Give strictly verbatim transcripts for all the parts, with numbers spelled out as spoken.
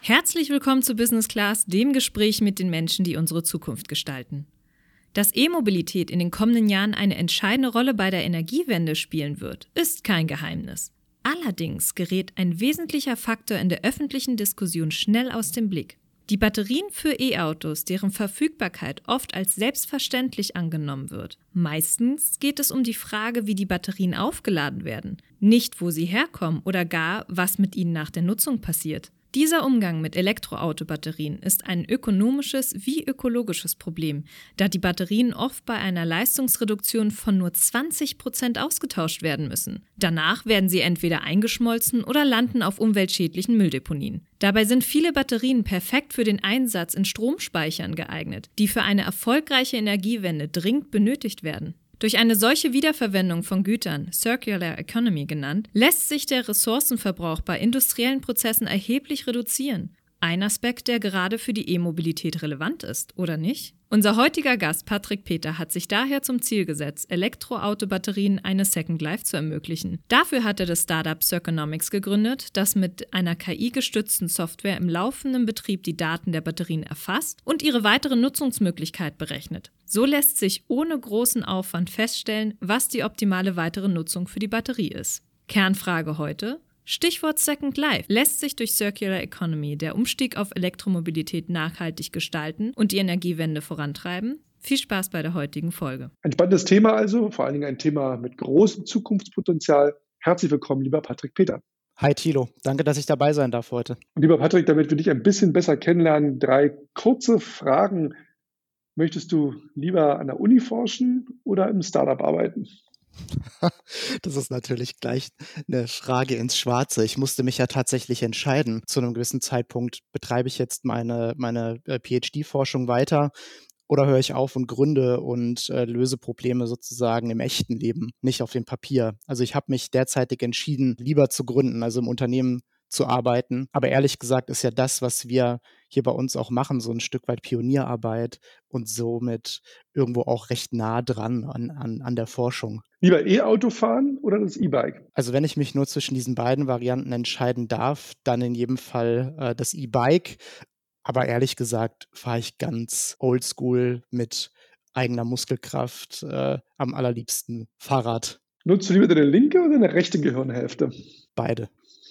Herzlich willkommen zu Business Class, dem Gespräch mit den Menschen, die unsere Zukunft gestalten. Dass E-Mobilität in den kommenden Jahren eine entscheidende Rolle bei der Energiewende spielen wird, ist kein Geheimnis. Allerdings gerät ein wesentlicher Faktor in der öffentlichen Diskussion schnell aus dem Blick. Die Batterien für E-Autos, deren Verfügbarkeit oft als selbstverständlich angenommen wird. Meistens geht es um die Frage, wie die Batterien aufgeladen werden, nicht wo sie herkommen oder gar, was mit ihnen nach der Nutzung passiert. Dieser Umgang mit Elektroautobatterien ist ein ökonomisches wie ökologisches Problem, da die Batterien oft bei einer Leistungsreduktion von nur zwanzig Prozent ausgetauscht werden müssen. Danach werden sie entweder eingeschmolzen oder landen auf umweltschädlichen Mülldeponien. Dabei sind viele Batterien perfekt für den Einsatz in Stromspeichern geeignet, die für eine erfolgreiche Energiewende dringend benötigt werden. Durch eine solche Wiederverwendung von Gütern, Circular Economy genannt, lässt sich der Ressourcenverbrauch bei industriellen Prozessen erheblich reduzieren. Ein Aspekt, der gerade für die E-Mobilität relevant ist, oder nicht? Unser heutiger Gast Patrick Peter hat sich daher zum Ziel gesetzt, Elektroautobatterien eine Second Life zu ermöglichen. Dafür hat er das Startup Circonomics gegründet, das mit einer K I-gestützten Software im laufenden Betrieb die Daten der Batterien erfasst und ihre weitere Nutzungsmöglichkeit berechnet. So lässt sich ohne großen Aufwand feststellen, was die optimale weitere Nutzung für die Batterie ist. Kernfrage heute: Stichwort Second Life. Lässt sich durch Circular Economy der Umstieg auf Elektromobilität nachhaltig gestalten und die Energiewende vorantreiben? Viel Spaß bei der heutigen Folge. Ein spannendes Thema also, vor allen Dingen ein Thema mit großem Zukunftspotenzial. Herzlich willkommen, lieber Patrick Peter. Hi Thilo, danke, dass ich dabei sein darf heute. Und lieber Patrick, damit wir dich ein bisschen besser kennenlernen, drei kurze Fragen. Möchtest du lieber an der Uni forschen oder im Startup arbeiten? Das ist natürlich gleich eine Frage ins Schwarze. Ich musste mich ja tatsächlich entscheiden. Zu einem gewissen Zeitpunkt betreibe ich jetzt meine, meine äh, P H D-Forschung weiter oder höre ich auf und gründe und äh, löse Probleme sozusagen im echten Leben, nicht auf dem Papier. Also ich habe mich derzeitig entschieden, lieber zu gründen, also im Unternehmen zu arbeiten. Aber ehrlich gesagt ist ja das, was wir hier bei uns auch machen, so ein Stück weit Pionierarbeit und somit irgendwo auch recht nah dran an, an, an der Forschung. Lieber E-Auto fahren oder das E-Bike? Also wenn ich mich nur zwischen diesen beiden Varianten entscheiden darf, dann in jedem Fall äh, das E-Bike. Aber ehrlich gesagt fahre ich ganz oldschool mit eigener Muskelkraft, äh, am allerliebsten Fahrrad. Nutzt du lieber deine linke oder deine rechte Gehirnhälfte? Beide.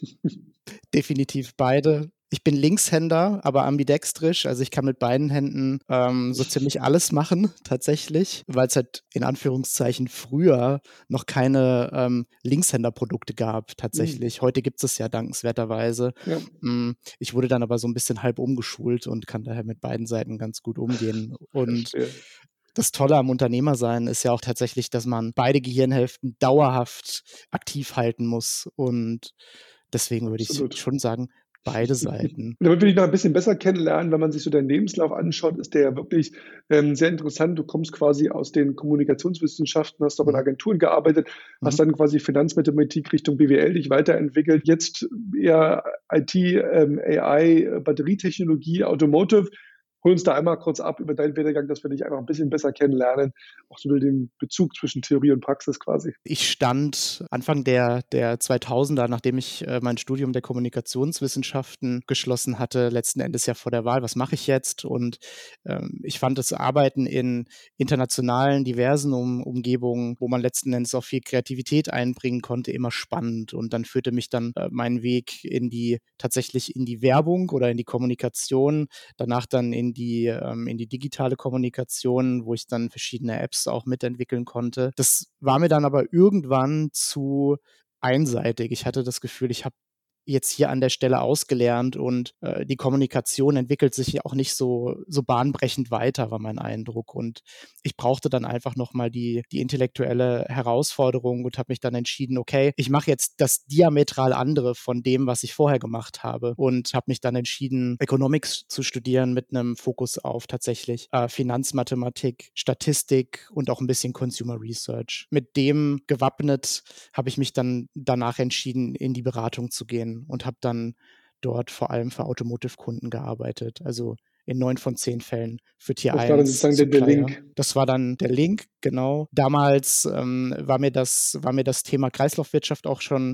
Definitiv beide. Ich bin Linkshänder, aber ambidextrisch. Also ich kann mit beiden Händen ähm, so ziemlich alles machen, tatsächlich, weil es halt in Anführungszeichen früher noch keine ähm, Linkshänderprodukte gab, tatsächlich. Mhm. Heute gibt es ja dankenswerterweise. Ja. Ich wurde dann aber so ein bisschen halb umgeschult und kann daher mit beiden Seiten ganz gut umgehen. Und das Tolle am Unternehmersein ist ja auch tatsächlich, dass man beide Gehirnhälften dauerhaft aktiv halten muss. Und deswegen würde ich schon sagen, beide Seiten. Und damit wir dich noch ein bisschen besser kennenlernen, wenn man sich so deinen Lebenslauf anschaut, ist der ja wirklich ähm, sehr interessant. Du kommst quasi aus den Kommunikationswissenschaften, hast auch in Agenturen gearbeitet, mhm. hast dann quasi Finanzmathematik Richtung B W L dich weiterentwickelt, jetzt eher I T, ähm, A I, Batterietechnologie, Automotive. Hol uns da einmal kurz ab über deinen Werdegang, dass wir dich einfach ein bisschen besser kennenlernen, auch so den Bezug zwischen Theorie und Praxis quasi. Ich stand Anfang der, der zweitausender, nachdem ich äh, mein Studium der Kommunikationswissenschaften geschlossen hatte, letzten Endes ja vor der Wahl, was mache ich jetzt? Und ähm, ich fand das Arbeiten in internationalen, diversen um, Umgebungen, wo man letzten Endes auch viel Kreativität einbringen konnte, immer spannend. Und dann führte mich dann äh, mein Weg in die, tatsächlich in die Werbung oder in die Kommunikation, danach dann in die, ähm, in die digitale Kommunikation, wo ich dann verschiedene Apps auch mitentwickeln konnte. Das war mir dann aber irgendwann zu einseitig. Ich hatte das Gefühl, ich habe jetzt hier an der Stelle ausgelernt und äh, die Kommunikation entwickelt sich ja auch nicht so, so bahnbrechend weiter, war mein Eindruck. Und ich brauchte dann einfach nochmal die, die intellektuelle Herausforderung und habe mich dann entschieden, okay, ich mache jetzt das diametral andere von dem, was ich vorher gemacht habe und habe mich dann entschieden, Economics zu studieren mit einem Fokus auf tatsächlich äh, Finanzmathematik, Statistik und auch ein bisschen Consumer Research. Mit dem gewappnet habe ich mich dann danach entschieden, in die Beratung zu gehen und habe dann dort vor allem für Automotive-Kunden gearbeitet, also in neun von zehn Fällen für Tier eins. Das war dann sozusagen der, der Link. Das war dann der Link, genau. Damals ähm, war mir das, war mir das Thema Kreislaufwirtschaft auch schon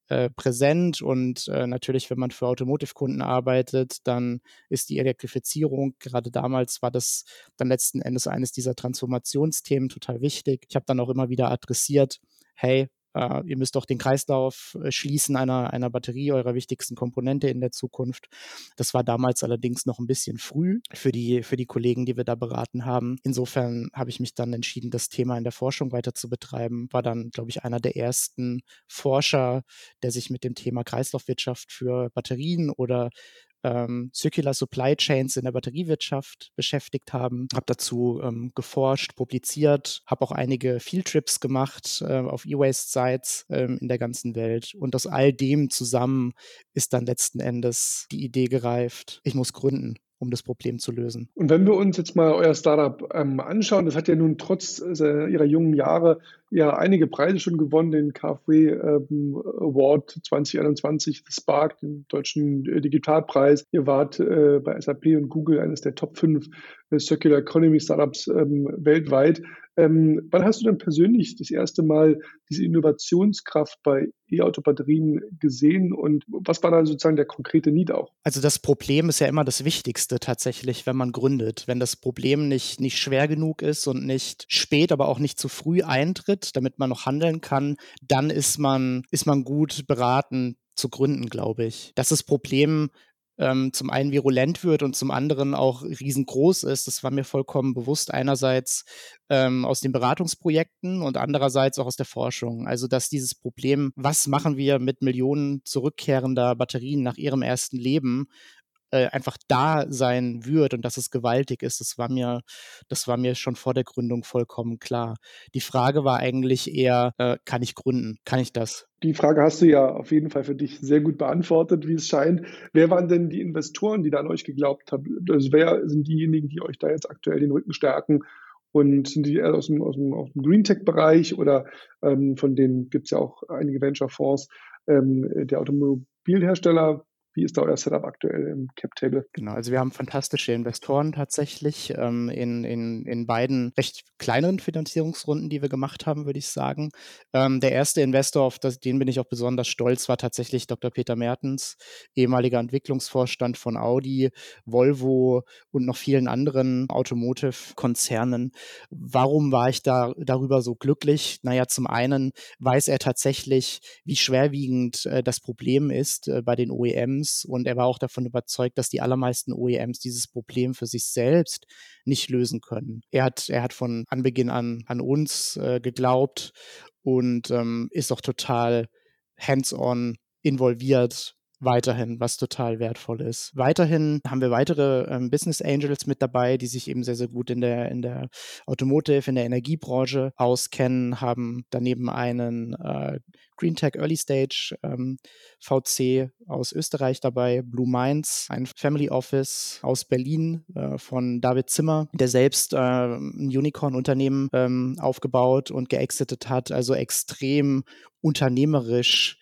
äh, präsent und äh, natürlich, wenn man für Automotive-Kunden arbeitet, dann ist die Elektrifizierung, gerade damals war das dann letzten Endes eines dieser Transformationsthemen total wichtig. Ich habe dann auch immer wieder adressiert, hey, Uh, ihr müsst doch den Kreislauf äh, schließen einer, einer Batterie, eurer wichtigsten Komponente in der Zukunft. Das war damals allerdings noch ein bisschen früh für die, für die Kollegen, die wir da beraten haben. Insofern habe ich mich dann entschieden, das Thema in der Forschung weiter zu betreiben. War dann, glaube ich, einer der ersten Forscher, der sich mit dem Thema Kreislaufwirtschaft für Batterien oder ähm, Circular Supply Chains in der Batteriewirtschaft beschäftigt haben. Habe dazu ähm, geforscht, publiziert, habe auch einige Fieldtrips gemacht äh, auf E-Waste-Sites ähm, in der ganzen Welt. Und aus all dem zusammen ist dann letzten Endes die Idee gereift, ich muss gründen, um das Problem zu lösen. Und wenn wir uns jetzt mal euer Startup ähm, anschauen, das hat ja nun trotz äh, ihrer jungen Jahre ja einige Preise schon gewonnen, den K f W ähm, Award zwanzig einundzwanzig, Spark, den deutschen äh, Digitalpreis. Ihr wart äh, bei S A P und Google eines der Top fünf äh, Circular Economy Startups ähm, weltweit. Ähm, wann hast du denn persönlich das erste Mal diese Innovationskraft bei E-Auto-Batterien gesehen und was war da sozusagen der konkrete Need auch? Also das Problem ist ja immer das Wichtigste tatsächlich, wenn man gründet. Wenn das Problem nicht, nicht schwer genug ist und nicht spät, aber auch nicht zu früh eintritt, damit man noch handeln kann, dann ist man, ist man gut beraten zu gründen, glaube ich. Dass das Problem ähm, zum einen virulent wird und zum anderen auch riesengroß ist, das war mir vollkommen bewusst. Einerseits ähm, aus den Beratungsprojekten und andererseits auch aus der Forschung. Also dass dieses Problem, was machen wir mit Millionen zurückkehrender Batterien nach ihrem ersten Leben, äh, einfach da sein wird und dass es gewaltig ist, das war mir, das war mir schon vor der Gründung vollkommen klar. Die Frage war eigentlich eher, äh, kann ich gründen? Kann ich das? Die Frage hast du ja auf jeden Fall für dich sehr gut beantwortet, wie es scheint. Wer waren denn die Investoren, die da an euch geglaubt haben? Also wer sind diejenigen, die euch da jetzt aktuell den Rücken stärken? Und sind die eher aus dem, aus dem, aus dem Green Tech-Bereich oder ähm, von denen gibt es ja auch einige Venture-Fonds ähm, der Automobilhersteller? Wie ist da euer Setup aktuell im Cap-Table? Genau, also wir haben fantastische Investoren tatsächlich ähm, in, in, in beiden recht kleineren Finanzierungsrunden, die wir gemacht haben, würde ich sagen. Ähm, der erste Investor, auf das, den bin ich auch besonders stolz, war tatsächlich Doktor Peter Mertens, ehemaliger Entwicklungsvorstand von Audi, Volvo und noch vielen anderen Automotive-Konzernen. Warum war ich da darüber so glücklich? Naja, zum einen weiß er tatsächlich, wie schwerwiegend äh, das Problem ist äh, bei den O E Ms, und er war auch davon überzeugt, dass die allermeisten O E Ms dieses Problem für sich selbst nicht lösen können. Er hat, er hat von Anbeginn an an uns äh, geglaubt und ähm, ist auch total hands-on involviert weiterhin, was total wertvoll ist. Weiterhin haben wir weitere ähm, Business Angels mit dabei, die sich eben sehr, sehr gut in der, in der Automotive, in der Energiebranche auskennen, haben daneben einen äh, Green Tech Early Stage ähm, V C aus Österreich dabei, Blue Minds, ein Family Office aus Berlin äh, von David Zimmer, der selbst äh, ein Unicorn-Unternehmen ähm, aufgebaut und geexitet hat, also extrem unternehmerisch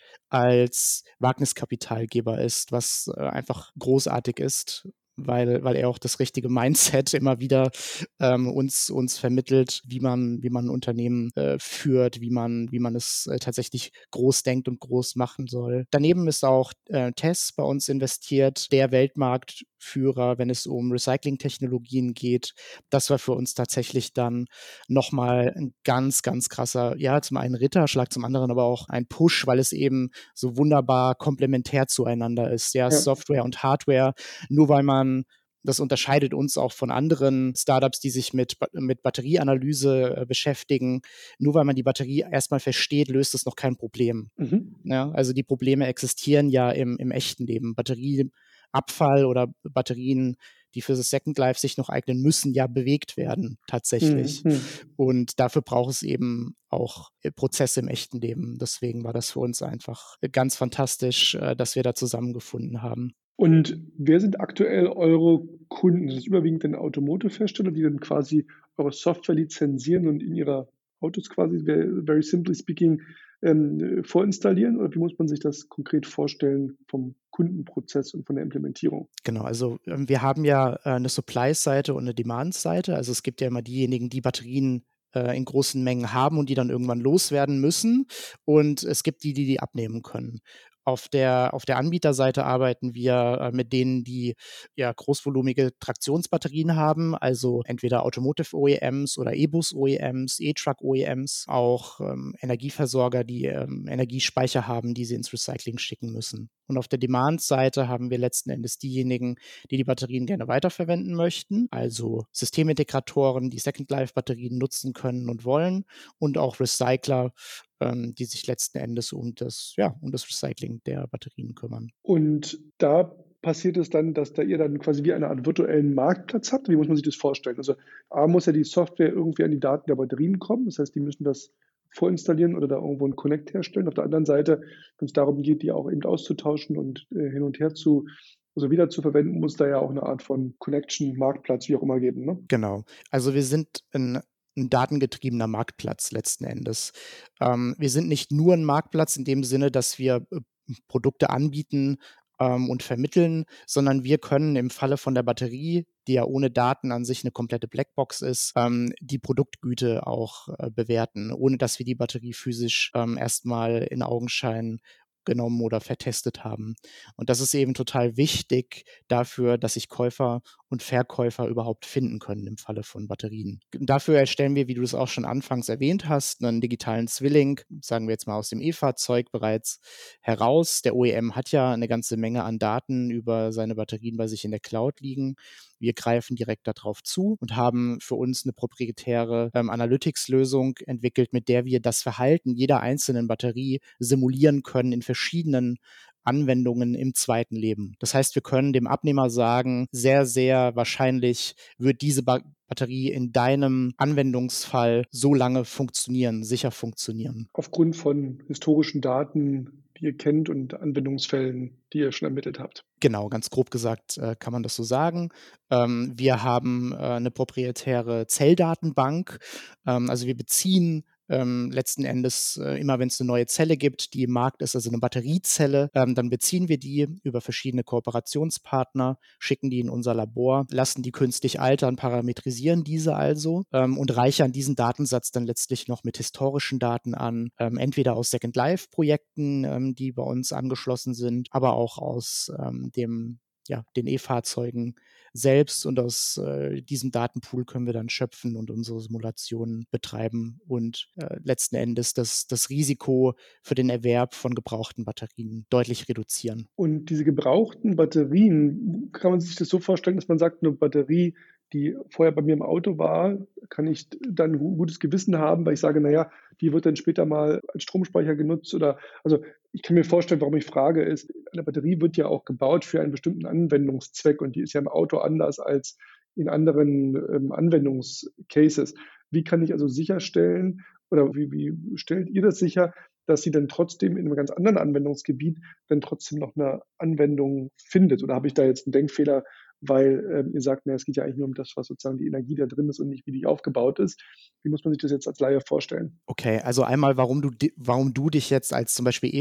als Wagniskapitalgeber ist, was äh, einfach großartig ist, weil, weil er auch das richtige Mindset immer wieder ähm, uns, uns vermittelt, wie man, wie man ein Unternehmen äh, führt, wie man, wie man es äh, tatsächlich groß denkt und groß machen soll. Daneben ist auch äh, Tess bei uns investiert, der Weltmarktführer, wenn es um Recycling-Technologien geht. Das war für uns tatsächlich dann nochmal ein ganz, ganz krasser, ja, zum einen Ritterschlag, zum anderen aber auch ein Push, weil es eben so wunderbar komplementär zueinander ist. Ja, Ja. Software und Hardware, nur weil man das unterscheidet uns auch von anderen Startups, die sich mit, mit Batterieanalyse äh, beschäftigen. Nur weil man die Batterie erstmal versteht, löst es noch kein Problem. Mhm. Ja, also die Probleme existieren ja im, im echten Leben. Batterieabfall oder Batterien, die für das Second Life sich noch eignen, müssen ja bewegt werden, tatsächlich. Mhm. Und dafür braucht es eben auch Prozesse im echten Leben. Deswegen war das für uns einfach ganz fantastisch, äh, dass wir da zusammengefunden haben. Und wer sind aktuell eure Kunden? Das ist überwiegend dann Automotive-Hersteller, die dann quasi eure Software lizenzieren und in ihre Autos quasi, very simply speaking, ähm, vorinstallieren? Oder wie muss man sich das konkret vorstellen vom Kundenprozess und von der Implementierung? Genau, also ähm, wir haben ja äh, eine Supply-Seite und eine Demand-Seite. Also es gibt ja immer diejenigen, die Batterien äh, in großen Mengen haben und die dann irgendwann loswerden müssen. Und es gibt die, die die abnehmen können. Auf der, auf der Anbieterseite arbeiten wir äh, mit denen, die ja großvolumige Traktionsbatterien haben, also entweder Automotive-O E Ms oder E-Bus-O E Ms, E-Truck-O E Ms, auch ähm, Energieversorger, die ähm, Energiespeicher haben, die sie ins Recycling schicken müssen. Und auf der Demand-Seite haben wir letzten Endes diejenigen, die die Batterien gerne weiterverwenden möchten, also Systemintegratoren, die Second-Life-Batterien nutzen können und wollen, und auch Recycler, ähm, die sich letzten Endes um das, ja, um das Recycling der Batterien kümmern. Und da passiert es dann, dass da ihr dann quasi wie eine Art virtuellen Marktplatz habt? Wie muss man sich das vorstellen? Also A, muss ja die Software irgendwie an die Daten der Batterien kommen. Das heißt, die müssen das vorinstallieren oder da irgendwo einen Connect herstellen. Auf der anderen Seite, wenn es darum geht, die auch eben auszutauschen und äh, hin und her zu, also wieder zu verwenden, muss da ja auch eine Art von Connection, Marktplatz, wie auch immer geben, ne? Genau. Also wir sind ein, ein datengetriebener Marktplatz letzten Endes. Ähm, wir sind nicht nur ein Marktplatz in dem Sinne, dass wir äh, Produkte anbieten ähm, und vermitteln, sondern wir können im Falle von der Batterie, die ja ohne Daten an sich eine komplette Blackbox ist, ähm, die Produktgüte auch äh, bewerten, ohne dass wir die Batterie physisch ähm, erstmal in Augenschein genommen oder vertestet haben. Und das ist eben total wichtig dafür, dass sich Käufer und Verkäufer überhaupt finden können im Falle von Batterien. Dafür erstellen wir, wie du es auch schon anfangs erwähnt hast, einen digitalen Zwilling, sagen wir jetzt mal aus dem E-Fahrzeug bereits heraus. Der O E M hat ja eine ganze Menge an Daten über seine Batterien bei sich in der Cloud liegen. Wir greifen direkt darauf zu und haben für uns eine proprietäre ähm, Analytics-Lösung entwickelt, mit der wir das Verhalten jeder einzelnen Batterie simulieren können in verschiedenen Anwendungen im zweiten Leben. Das heißt, wir können dem Abnehmer sagen, sehr, sehr wahrscheinlich wird diese ba- Batterie in deinem Anwendungsfall so lange funktionieren, sicher funktionieren. Aufgrund von historischen Daten, die ihr kennt und Anwendungsfällen, die ihr schon ermittelt habt. Genau, ganz grob gesagt äh, kann man das so sagen. Ähm, wir haben äh, eine proprietäre Zelldatenbank. Ähm, also wir beziehen ähm, letzten Endes äh, immer, wenn es eine neue Zelle gibt, die im Markt ist, also eine Batteriezelle, ähm, dann beziehen wir die über verschiedene Kooperationspartner, schicken die in unser Labor, lassen die künstlich altern, parametrisieren diese also ähm, und reichern diesen Datensatz dann letztlich noch mit historischen Daten an, ähm, entweder aus Second-Life-Projekten, ähm, die bei uns angeschlossen sind, aber auch aus ähm, dem ja, den E-Fahrzeugen selbst, und aus äh, diesem Datenpool können wir dann schöpfen und unsere Simulationen betreiben und äh, letzten Endes das, das Risiko für den Erwerb von gebrauchten Batterien deutlich reduzieren. Und diese gebrauchten Batterien, kann man sich das so vorstellen, dass man sagt, eine Batterie, die vorher bei mir im Auto war, kann ich dann ein gutes Gewissen haben, weil ich sage, naja, die wird dann später mal als Stromspeicher genutzt oder, also ich kann mir vorstellen, warum ich frage, ist, eine Batterie wird ja auch gebaut für einen bestimmten Anwendungszweck und die ist ja im Auto anders als in anderen ähm, Anwendungscases. Wie kann ich also sicherstellen oder wie, wie stellt ihr das sicher, dass sie dann trotzdem in einem ganz anderen Anwendungsgebiet dann trotzdem noch eine Anwendung findet? Oder habe ich da jetzt einen Denkfehler, weil ähm, ihr sagt, na, es geht ja eigentlich nur um das, was sozusagen die Energie da drin ist und nicht, wie die aufgebaut ist. Wie muss man sich das jetzt als Laie vorstellen? Okay, also einmal, warum du, di- warum du dich jetzt als zum Beispiel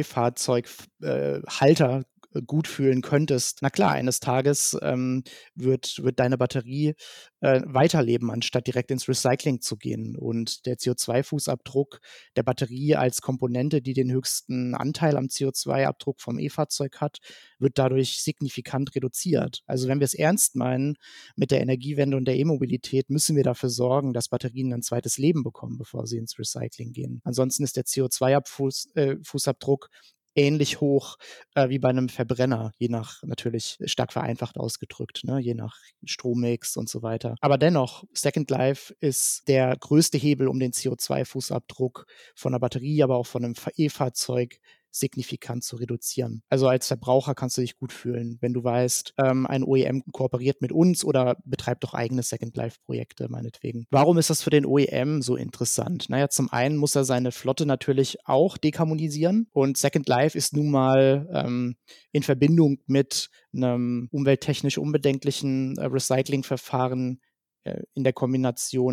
E-Fahrzeughalter äh, gut fühlen könntest. Na klar, eines Tages ähm, wird, wird deine Batterie äh, weiterleben, anstatt direkt ins Recycling zu gehen. Und der C O zwei Fußabdruck der Batterie als Komponente, die den höchsten Anteil am C O zwei Abdruck vom E-Fahrzeug hat, wird dadurch signifikant reduziert. Also wenn wir es ernst meinen mit der Energiewende und der E-Mobilität, müssen wir dafür sorgen, dass Batterien ein zweites Leben bekommen, bevor sie ins Recycling gehen. Ansonsten ist der C O zwei Fußabdruck ähnlich hoch äh, wie bei einem Verbrenner, je nach, natürlich stark vereinfacht ausgedrückt, ne, je nach Strommix und so weiter. Aber dennoch, Second Life ist der größte Hebel, um den C O zwei Fußabdruck von einer Batterie, aber auch von einem E-Fahrzeug signifikant zu reduzieren. Also als Verbraucher kannst du dich gut fühlen, wenn du weißt, ähm, ein O E M kooperiert mit uns oder betreibt doch eigene Second-Life-Projekte meinetwegen. Warum ist das für den O E M so interessant? Naja, zum einen muss er seine Flotte natürlich auch dekarbonisieren und Second Life ist nun mal ähm, in Verbindung mit einem umwelttechnisch unbedenklichen äh, Recyclingverfahren äh, in der Kombination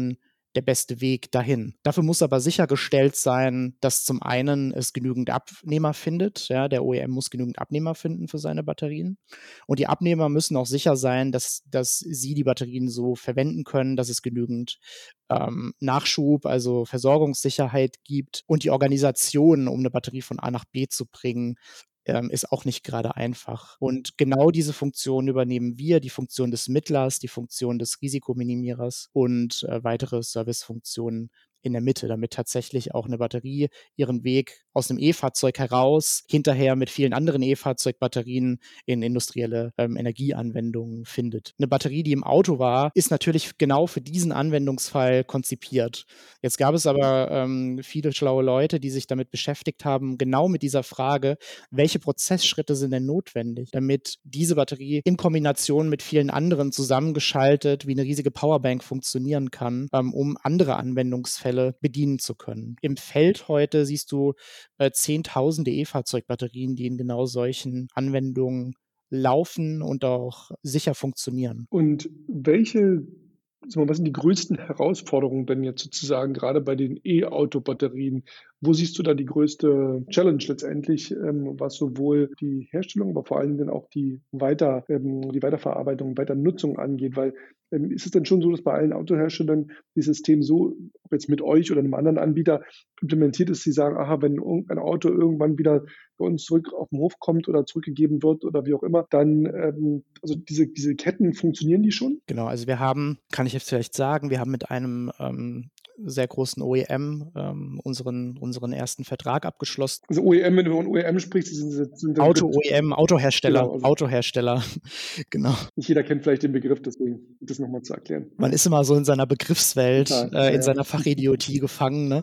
der beste Weg dahin. Dafür muss aber sichergestellt sein, dass zum einen es genügend Abnehmer findet. Ja, der O E M muss genügend Abnehmer finden für seine Batterien. Und die Abnehmer müssen auch sicher sein, dass, dass sie die Batterien so verwenden können, dass es genügend ähm, Nachschub, also Versorgungssicherheit gibt. Und die Organisation, um eine Batterie von A nach B zu bringen, ähm, ist auch nicht gerade einfach. Und genau diese Funktion übernehmen wir, die Funktion des Mittlers, die Funktion des Risikominimierers und äh, weitere Servicefunktionen in der Mitte, damit tatsächlich auch eine Batterie ihren Weg aus dem E-Fahrzeug heraus hinterher mit vielen anderen E-Fahrzeugbatterien in industrielle ähm, Energieanwendungen findet. Eine Batterie, die im Auto war, ist natürlich genau für diesen Anwendungsfall konzipiert. Jetzt gab es aber ähm, viele schlaue Leute, die sich damit beschäftigt haben, genau mit dieser Frage, welche Prozessschritte sind denn notwendig, damit diese Batterie in Kombination mit vielen anderen zusammengeschaltet wie eine riesige Powerbank funktionieren kann, ähm, um andere Anwendungsfälle bedienen zu können. Im Feld heute siehst du äh, Zehntausende E-Fahrzeugbatterien, die in genau solchen Anwendungen laufen und auch sicher funktionieren. Und welche, sag mal, was sind die größten Herausforderungen denn jetzt sozusagen gerade bei den E-Auto-Batterien? Wo siehst du da die größte Challenge letztendlich, ähm, was sowohl die Herstellung, aber vor allen Dingen auch die, Weiter, ähm, die Weiterverarbeitung, Weiternutzung angeht? Weil ähm, ist es denn schon so, dass bei allen Autoherstellern das System so, ob jetzt mit euch oder einem anderen Anbieter implementiert ist, sie sagen, aha, wenn irgendein Auto irgendwann wieder bei uns zurück auf den Hof kommt oder zurückgegeben wird oder wie auch immer, dann, ähm, also diese, diese Ketten, funktionieren die schon? Genau, also wir haben, kann ich jetzt vielleicht sagen, wir haben mit einem ähm, sehr großen O E M ähm, unseren, unseren ersten Vertrag abgeschlossen. Also O E M, wenn du von O E M sprichst, sind, sind dann Auto-O E M, Autohersteller, Genau, also Autohersteller, genau. nicht jeder kennt vielleicht den Begriff, deswegen das nochmal zu erklären. Man ist immer so in seiner Begriffswelt, Total, äh, ja, in ja. seiner Fachidiotie gefangen. Ne?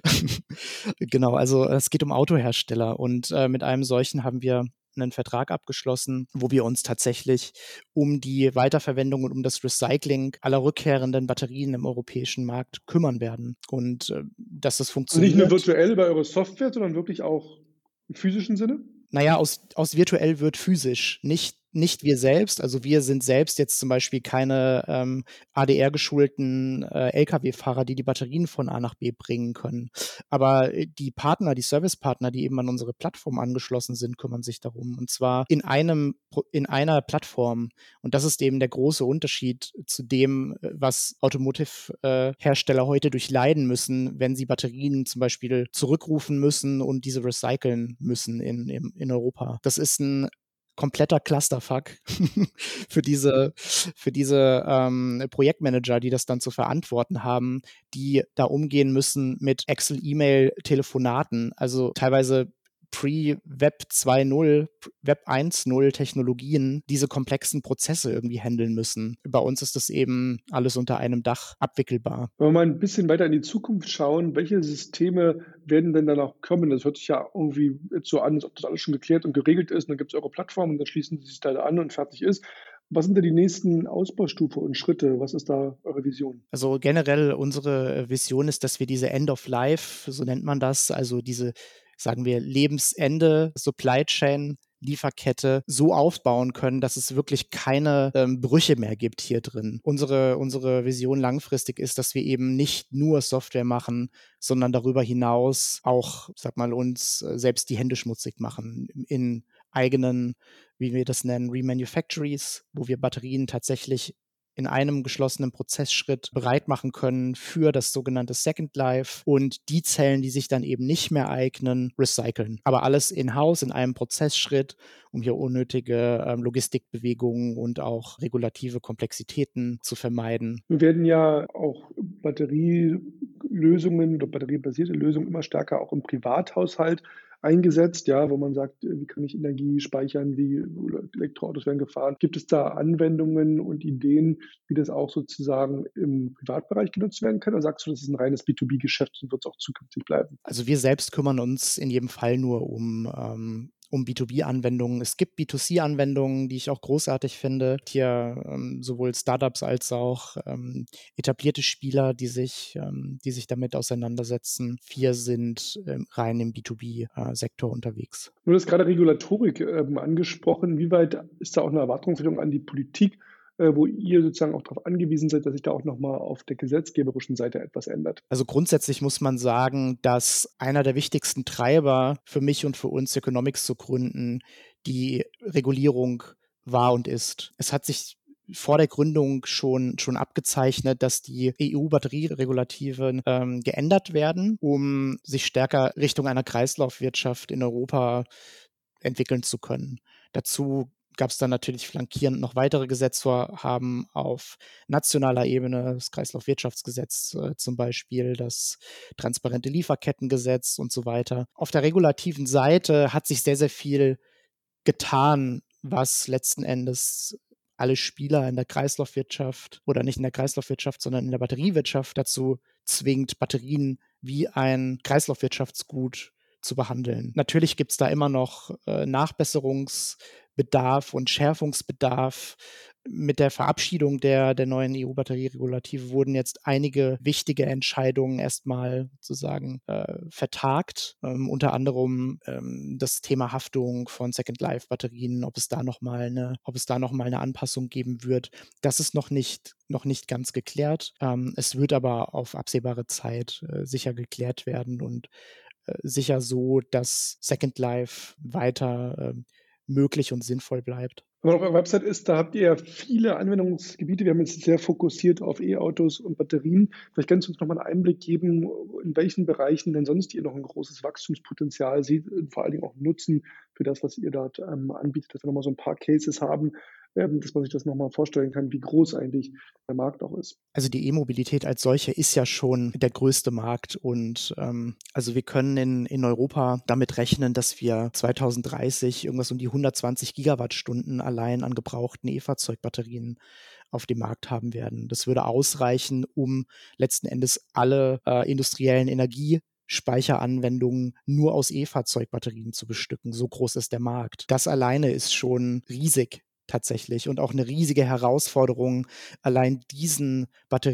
Genau, also es geht um Autohersteller und äh, mit einem solchen haben wir einen Vertrag abgeschlossen, wo wir uns tatsächlich um die Weiterverwendung und um das Recycling aller rückkehrenden Batterien im europäischen Markt kümmern werden. Und äh, dass das Also funktioniert. nicht nur virtuell bei eurer Software, sondern wirklich auch im physischen Sinne? Naja, aus, aus virtuell wird physisch. Nicht, nicht wir selbst. Also wir sind selbst jetzt zum Beispiel keine ähm, A D R-geschulten äh, L K W-Fahrer, die die Batterien von A nach B bringen können. Aber die Partner, die Servicepartner, die eben an unsere Plattform angeschlossen sind, kümmern sich darum. Und zwar in einem, in einer Plattform. Und das ist eben der große Unterschied zu dem, was Automotive-Hersteller äh, heute durchleiden müssen, wenn sie Batterien zum Beispiel zurückrufen müssen und diese recyceln müssen in, in, in Europa. Das ist ein kompletter Clusterfuck für diese, für diese ähm, Projektmanager, die das dann zu verantworten haben, die da umgehen müssen mit Excel, E-Mail, Telefonaten, also teilweise Pre-Web zwei Punkt null, Web eins Punkt null Technologien diese komplexen Prozesse irgendwie handeln müssen. Bei uns ist das eben alles unter einem Dach abwickelbar. Wenn wir mal ein bisschen weiter in die Zukunft schauen, welche Systeme werden denn dann auch kommen? Das hört sich ja irgendwie jetzt so an, als ob das alles schon geklärt und geregelt ist. Und dann gibt es eure Plattform und dann schließen sie sich da an und fertig ist. Was sind da die nächsten Ausbaustufen und Schritte? Was ist da eure Vision? Also generell unsere Vision ist, dass wir diese End of Life, so nennt man das, also diese, sagen wir, Lebensende, Supply Chain, Lieferkette so aufbauen können, dass es wirklich keine ähm, Brüche mehr gibt hier drin. Unsere, unsere Vision langfristig ist, dass wir eben nicht nur Software machen, sondern darüber hinaus auch, sag mal, uns äh, selbst die Hände schmutzig machen in eigenen, wie wir das nennen, Remanufactories, wo wir Batterien tatsächlich in einem geschlossenen Prozessschritt bereit machen können für das sogenannte Second Life und die Zellen, die sich dann eben nicht mehr eignen, recyceln. Aber alles in-house in einem Prozessschritt, um hier unnötige ähm, Logistikbewegungen und auch regulative Komplexitäten zu vermeiden. Wir werden ja auch Batterielösungen oder batteriebasierte Lösungen immer stärker auch im Privathaushalt eingesetzt, ja, wo man sagt, wie kann ich Energie speichern, wie Elektroautos werden gefahren. Gibt es da Anwendungen und Ideen, wie das auch sozusagen im Privatbereich genutzt werden kann? Oder sagst du, das ist ein reines B zwei B-Geschäft und wird es auch zukünftig bleiben? Also wir selbst kümmern uns in jedem Fall nur um ähm, um B zwei B-Anwendungen. Es gibt B zwei C-Anwendungen, die ich auch großartig finde. Hier ähm, sowohl Startups als auch ähm, etablierte Spieler, die sich, ähm, die sich damit auseinandersetzen. Wir sind ähm, rein im B zwei B-Sektor unterwegs. Du hast gerade Regulatorik ähm, angesprochen. Wie weit ist da auch eine Erwartungshaltung an die Politik? äh, wo ihr sozusagen auch darauf angewiesen seid, dass sich da auch nochmal auf der gesetzgeberischen Seite etwas ändert? Also grundsätzlich muss man sagen, dass einer der wichtigsten Treiber für mich und für uns, Economics zu gründen, die Regulierung war und ist. Es hat sich vor der Gründung schon, schon abgezeichnet, dass die E U-Batterieregulativen ähm, geändert werden, um sich stärker Richtung einer Kreislaufwirtschaft in Europa entwickeln zu können. Dazu gab es dann natürlich flankierend noch weitere Gesetzvorhaben auf nationaler Ebene, das Kreislaufwirtschaftsgesetz äh, zum Beispiel, das transparente Lieferkettengesetz und so weiter. Auf der regulativen Seite hat sich sehr, sehr viel getan, was letzten Endes alle Spieler in der Kreislaufwirtschaft oder nicht in der Kreislaufwirtschaft, sondern in der Batteriewirtschaft dazu zwingt, Batterien wie ein Kreislaufwirtschaftsgut zu behandeln. Natürlich gibt es da immer noch äh, Nachbesserungsbedarf und Schärfungsbedarf. Mit der Verabschiedung der, der neuen E U-Batterieregulative wurden jetzt einige wichtige Entscheidungen erstmal sozusagen äh, vertagt. Ähm, unter anderem ähm, das Thema Haftung von Second-Life-Batterien, ob es da nochmal eine, ob es da noch mal eine Anpassung geben wird. Das ist noch nicht, noch nicht ganz geklärt. Ähm, es wird aber auf absehbare Zeit äh, sicher geklärt werden und äh, sicher so, dass Second Life weiter äh, möglich und sinnvoll bleibt. Wenn man auf eurer Website ist, da habt ihr ja viele Anwendungsgebiete. Wir haben jetzt sehr fokussiert auf E-Autos und Batterien. Vielleicht kannst du uns noch mal einen Einblick geben, in welchen Bereichen denn sonst ihr noch ein großes Wachstumspotenzial seht und vor allen Dingen auch Nutzen für das, was ihr dort ähm, anbietet, dass wir noch mal so ein paar Cases haben, ähm, dass man sich das noch mal vorstellen kann, wie groß eigentlich der Markt auch ist. Also die E-Mobilität als solche ist ja schon der größte Markt und ähm, also wir können in, in Europa damit rechnen, dass wir zwanzig dreißig irgendwas um die hundertzwanzig Gigawattstunden allein an gebrauchten E-Fahrzeugbatterien auf dem Markt haben werden. Das würde ausreichen, um letzten Endes alle äh, industriellen Energiespeicheranwendungen nur aus E-Fahrzeugbatterien zu bestücken. So groß ist der Markt. Das alleine ist schon riesig. Tatsächlich und auch eine riesige Herausforderung, allein diesen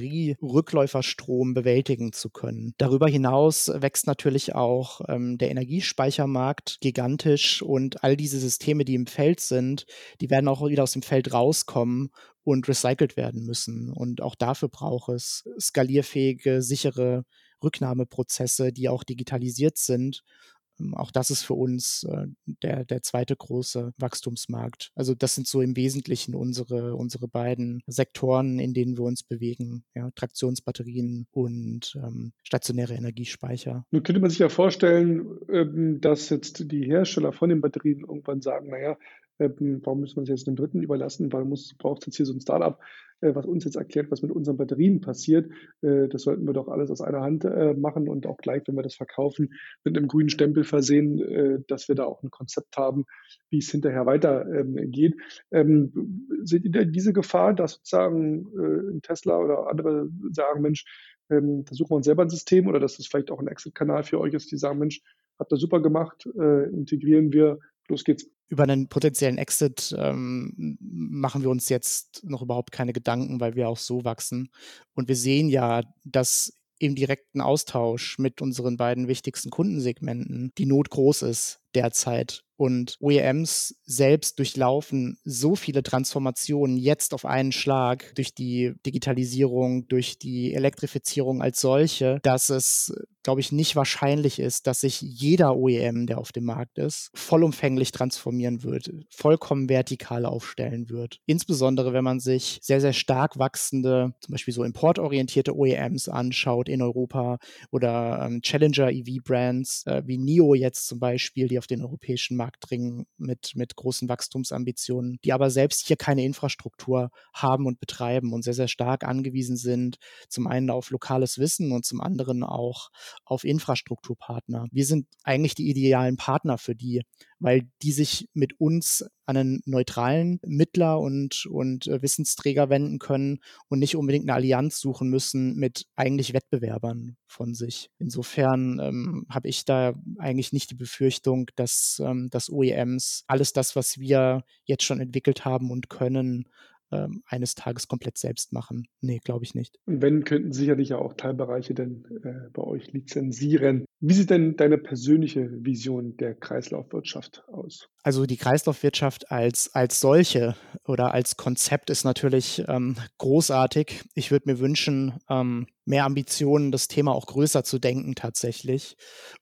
Batterierückläuferstrom bewältigen zu können. Darüber hinaus wächst natürlich auch ähm, der Energiespeichermarkt gigantisch und all diese Systeme, die im Feld sind, die werden auch wieder aus dem Feld rauskommen und recycelt werden müssen. Und auch dafür braucht es skalierfähige, sichere Rücknahmeprozesse, die auch digitalisiert sind. Auch das ist für uns äh, der, der zweite große Wachstumsmarkt. Also das sind so im Wesentlichen unsere, unsere beiden Sektoren, in denen wir uns bewegen. Ja, Traktionsbatterien und ähm, stationäre Energiespeicher. Nun könnte man sich ja vorstellen, ähm, dass jetzt die Hersteller von den Batterien irgendwann sagen, naja, ähm, warum müssen wir es jetzt dem Dritten überlassen? Warum braucht es jetzt hier so ein Startup, äh, was uns jetzt erklärt, was mit unseren Batterien passiert? Äh, das sollten wir doch alles aus einer Hand äh, machen und auch gleich, wenn wir das verkaufen, mit einem grünen Stempel versehen, äh, dass wir da auch ein Konzept haben, wie es hinterher weitergeht. Ähm, ähm, seht ihr diese Gefahr, dass sozusagen äh, ein Tesla oder andere sagen, Mensch, ähm, da suchen wir uns selber ein System oder dass das vielleicht auch ein Exit-Kanal für euch ist, die sagen, Mensch, habt ihr super gemacht, äh, integrieren wir, los geht's. Über einen potenziellen Exit ähm, machen wir uns jetzt noch überhaupt keine Gedanken, weil wir auch so wachsen. Und wir sehen ja, dass im direkten Austausch mit unseren beiden wichtigsten Kundensegmenten die Not groß ist derzeit. Und O E Ms selbst durchlaufen so viele Transformationen jetzt auf einen Schlag durch die Digitalisierung, durch die Elektrifizierung als solche, dass es, glaube ich, nicht wahrscheinlich ist, dass sich jeder O E M, der auf dem Markt ist, vollumfänglich transformieren wird, vollkommen vertikal aufstellen wird. Insbesondere, wenn man sich sehr, sehr stark wachsende, zum Beispiel so importorientierte O E Ms anschaut in Europa oder ähm, Challenger-E V-Brands äh, wie NIO jetzt zum Beispiel, die auf den europäischen Markt dringen mit, mit großen Wachstumsambitionen, die aber selbst hier keine Infrastruktur haben und betreiben und sehr, sehr stark angewiesen sind, zum einen auf lokales Wissen und zum anderen auch auf Infrastrukturpartner. Wir sind eigentlich die idealen Partner für die, weil die sich mit uns an einen neutralen Mittler und, und äh, Wissensträger wenden können und nicht unbedingt eine Allianz suchen müssen mit eigentlich Wettbewerbern von sich. Insofern ähm, habe ich da eigentlich nicht die Befürchtung, dass, ähm, dass O E Ms alles das, was wir jetzt schon entwickelt haben und können, ähm, eines Tages komplett selbst machen. Nee, glaube ich nicht. Und wenn, könnten sicherlich ja auch Teilbereiche denn äh, bei euch lizenzieren. Wie sieht denn deine persönliche Vision der Kreislaufwirtschaft aus? Also die Kreislaufwirtschaft als, als solche oder als Konzept ist natürlich ähm, großartig. Ich würde mir wünschen, ähm, mehr Ambitionen, das Thema auch größer zu denken tatsächlich.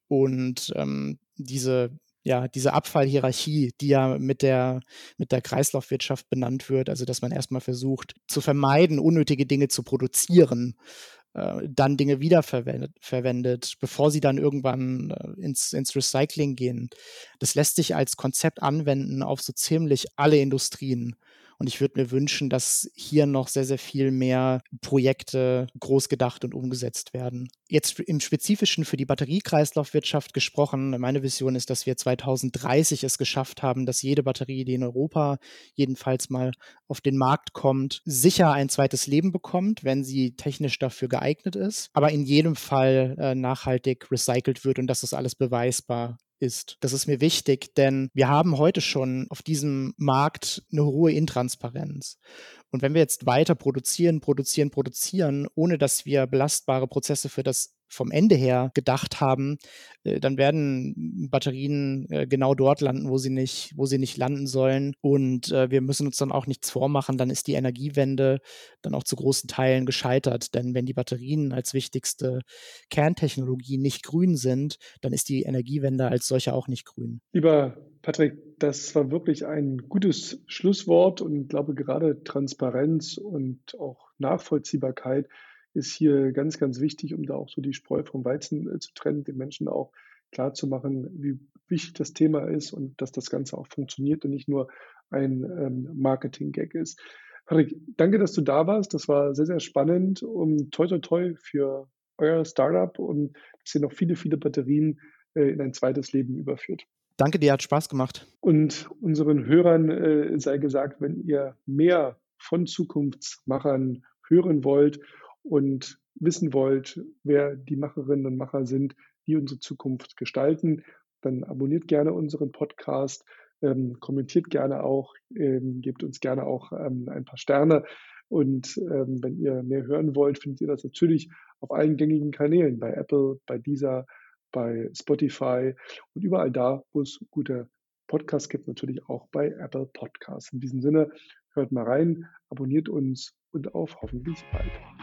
Und ähm, diese, ja, diese Abfallhierarchie, die ja mit der, mit der Kreislaufwirtschaft benannt wird, also dass man erstmal versucht zu vermeiden, unnötige Dinge zu produzieren, äh, dann Dinge wiederverwendet, verwendet, bevor sie dann irgendwann äh, ins, ins Recycling gehen. Das lässt sich als Konzept anwenden auf so ziemlich alle Industrien. Und ich würde mir wünschen, dass hier noch sehr, sehr viel mehr Projekte groß gedacht und umgesetzt werden. Jetzt im Spezifischen für die Batteriekreislaufwirtschaft gesprochen, meine Vision ist, dass wir zwanzig dreißig es geschafft haben, dass jede Batterie, die in Europa jedenfalls mal auf den Markt kommt, sicher ein zweites Leben bekommt, wenn sie technisch dafür geeignet ist, aber in jedem Fall äh, nachhaltig recycelt wird und dass das alles beweisbar ist. Das ist mir wichtig, denn wir haben heute schon auf diesem Markt eine hohe Intransparenz. Und wenn wir jetzt weiter produzieren, produzieren, produzieren, ohne dass wir belastbare Prozesse für das vom Ende her gedacht haben, äh, dann werden Batterien äh, genau dort landen, wo sie nicht, wo sie nicht landen sollen. Und äh, wir müssen uns dann auch nichts vormachen, dann ist die Energiewende dann auch zu großen Teilen gescheitert. Denn wenn die Batterien als wichtigste Kerntechnologie nicht grün sind, dann ist die Energiewende als solche auch nicht grün. Lieber Patrick, das war wirklich ein gutes Schlusswort und ich glaube, gerade Transparenz und auch Nachvollziehbarkeit ist hier ganz, ganz wichtig, um da auch so die Spreu vom Weizen äh, zu trennen, den Menschen auch klar zu machen, wie wichtig das Thema ist und dass das Ganze auch funktioniert und nicht nur ein ähm, Marketing-Gag ist. Patrick, danke, dass du da warst. Das war sehr, sehr spannend und toi, toi, toi für euer Startup und dass ihr noch viele, viele Batterien äh, in ein zweites Leben überführt. Danke dir, hat Spaß gemacht. Und unseren Hörern äh, sei gesagt, wenn ihr mehr von Zukunftsmachern hören wollt und wissen wollt, wer die Macherinnen und Macher sind, die unsere Zukunft gestalten, dann abonniert gerne unseren Podcast, ähm, kommentiert gerne auch, ähm, gebt uns gerne auch ähm, ein paar Sterne. Und ähm, wenn ihr mehr hören wollt, findet ihr das natürlich auf allen gängigen Kanälen, bei Apple, bei Deezer, bei Spotify und überall da, wo es gute Podcasts gibt, natürlich auch bei Apple Podcasts. In diesem Sinne, hört mal rein, abonniert uns und auf hoffentlich bald.